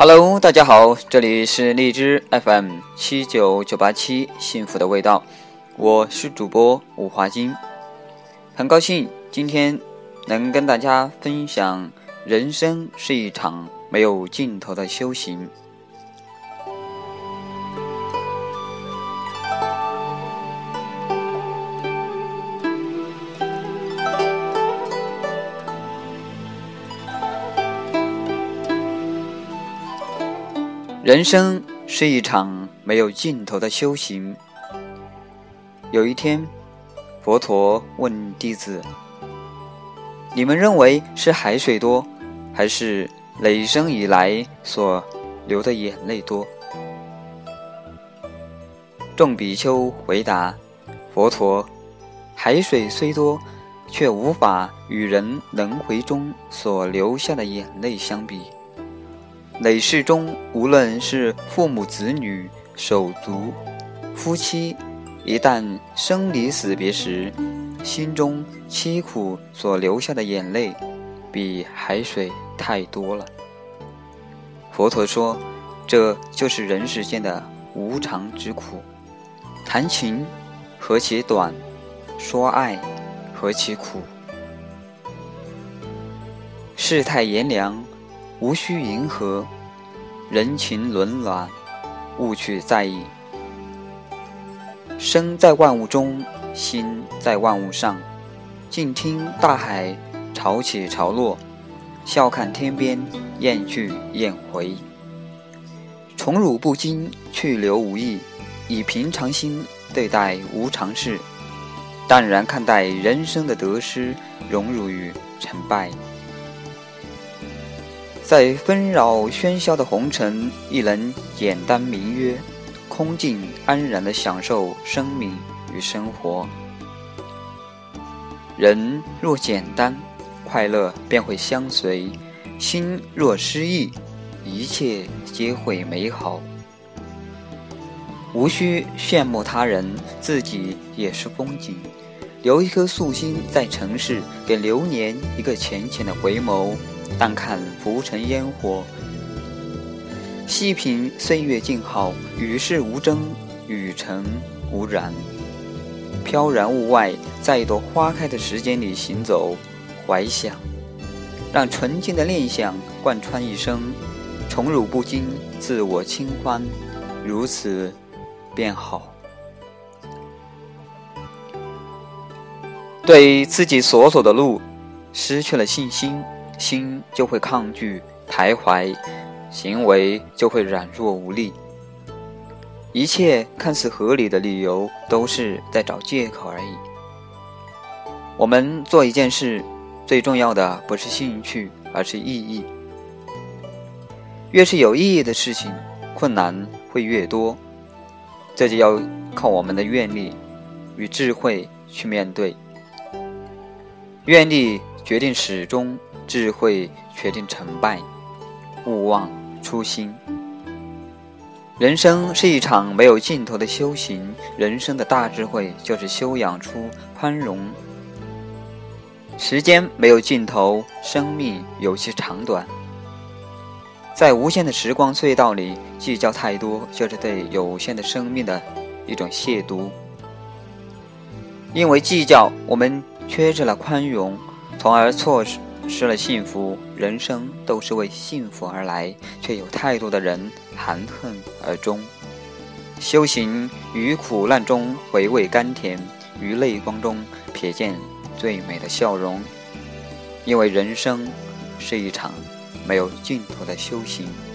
Hello， 大家好，这里是荔枝 FM 79987幸福的味道，我是主播吴华金，很高兴今天能跟大家分享，人生是一场没有尽头的修行。人生是一场没有尽头的修行。有一天，佛陀问弟子：你们认为是海水多，还是累生以来所流的眼泪多？众比丘回答佛陀：海水虽多，却无法与人轮回中所流下的眼泪相比。累世中，无论是父母子女、手足、夫妻，一旦生离死别时，心中凄苦所流下的眼泪，比海水太多了。佛陀说，这就是人世间的无常之苦。谈情何其短，说爱何其苦。世态炎凉，无需迎合，人情冷暖，勿去在意。身在万物中，心在万物上。静听大海潮起潮落，笑看天边雁去雁回。宠辱不惊，去留无意，以平常心对待无常事，淡然看待人生的得失，荣辱与成败。在纷扰喧嚣的红尘，亦能简单明约，空静安然地享受生命与生活。人若简单，快乐便会相随；心若诗意，一切皆会美好。无需羡慕他人，自己也是风景。留一颗素心在尘世，给流年一个浅浅的回眸。淡看浮尘烟火，细品岁月静好，与世无争，与尘无染。飘然物外，在一朵花开的时间里行走，怀想，让纯净的念想贯穿一生。宠辱不惊，自我清欢，如此便好。对自己所走的路失去了信心，心就会抗拒徘徊，行为就会软弱无力。一切看似合理的理由，都是在找借口而已。我们做一件事，最重要的不是兴趣，而是意义。越是有意义的事情，困难会越多，这就要靠我们的愿力与智慧去面对。愿力决定始终，智慧决定成败，勿忘初心。人生是一场没有尽头的修行，人生的大智慧就是修养出宽容。时间没有尽头，生命有其长短。在无限的时光隧道里，计较太多，就是对有限的生命的一种亵渎。因为计较，我们缺失了宽容，从而错失了幸福。人生都是为幸福而来，却有太多的人含恨而终。修行于苦难中回味甘甜，于泪光中瞥见最美的笑容。因为人生是一场没有尽头的修行。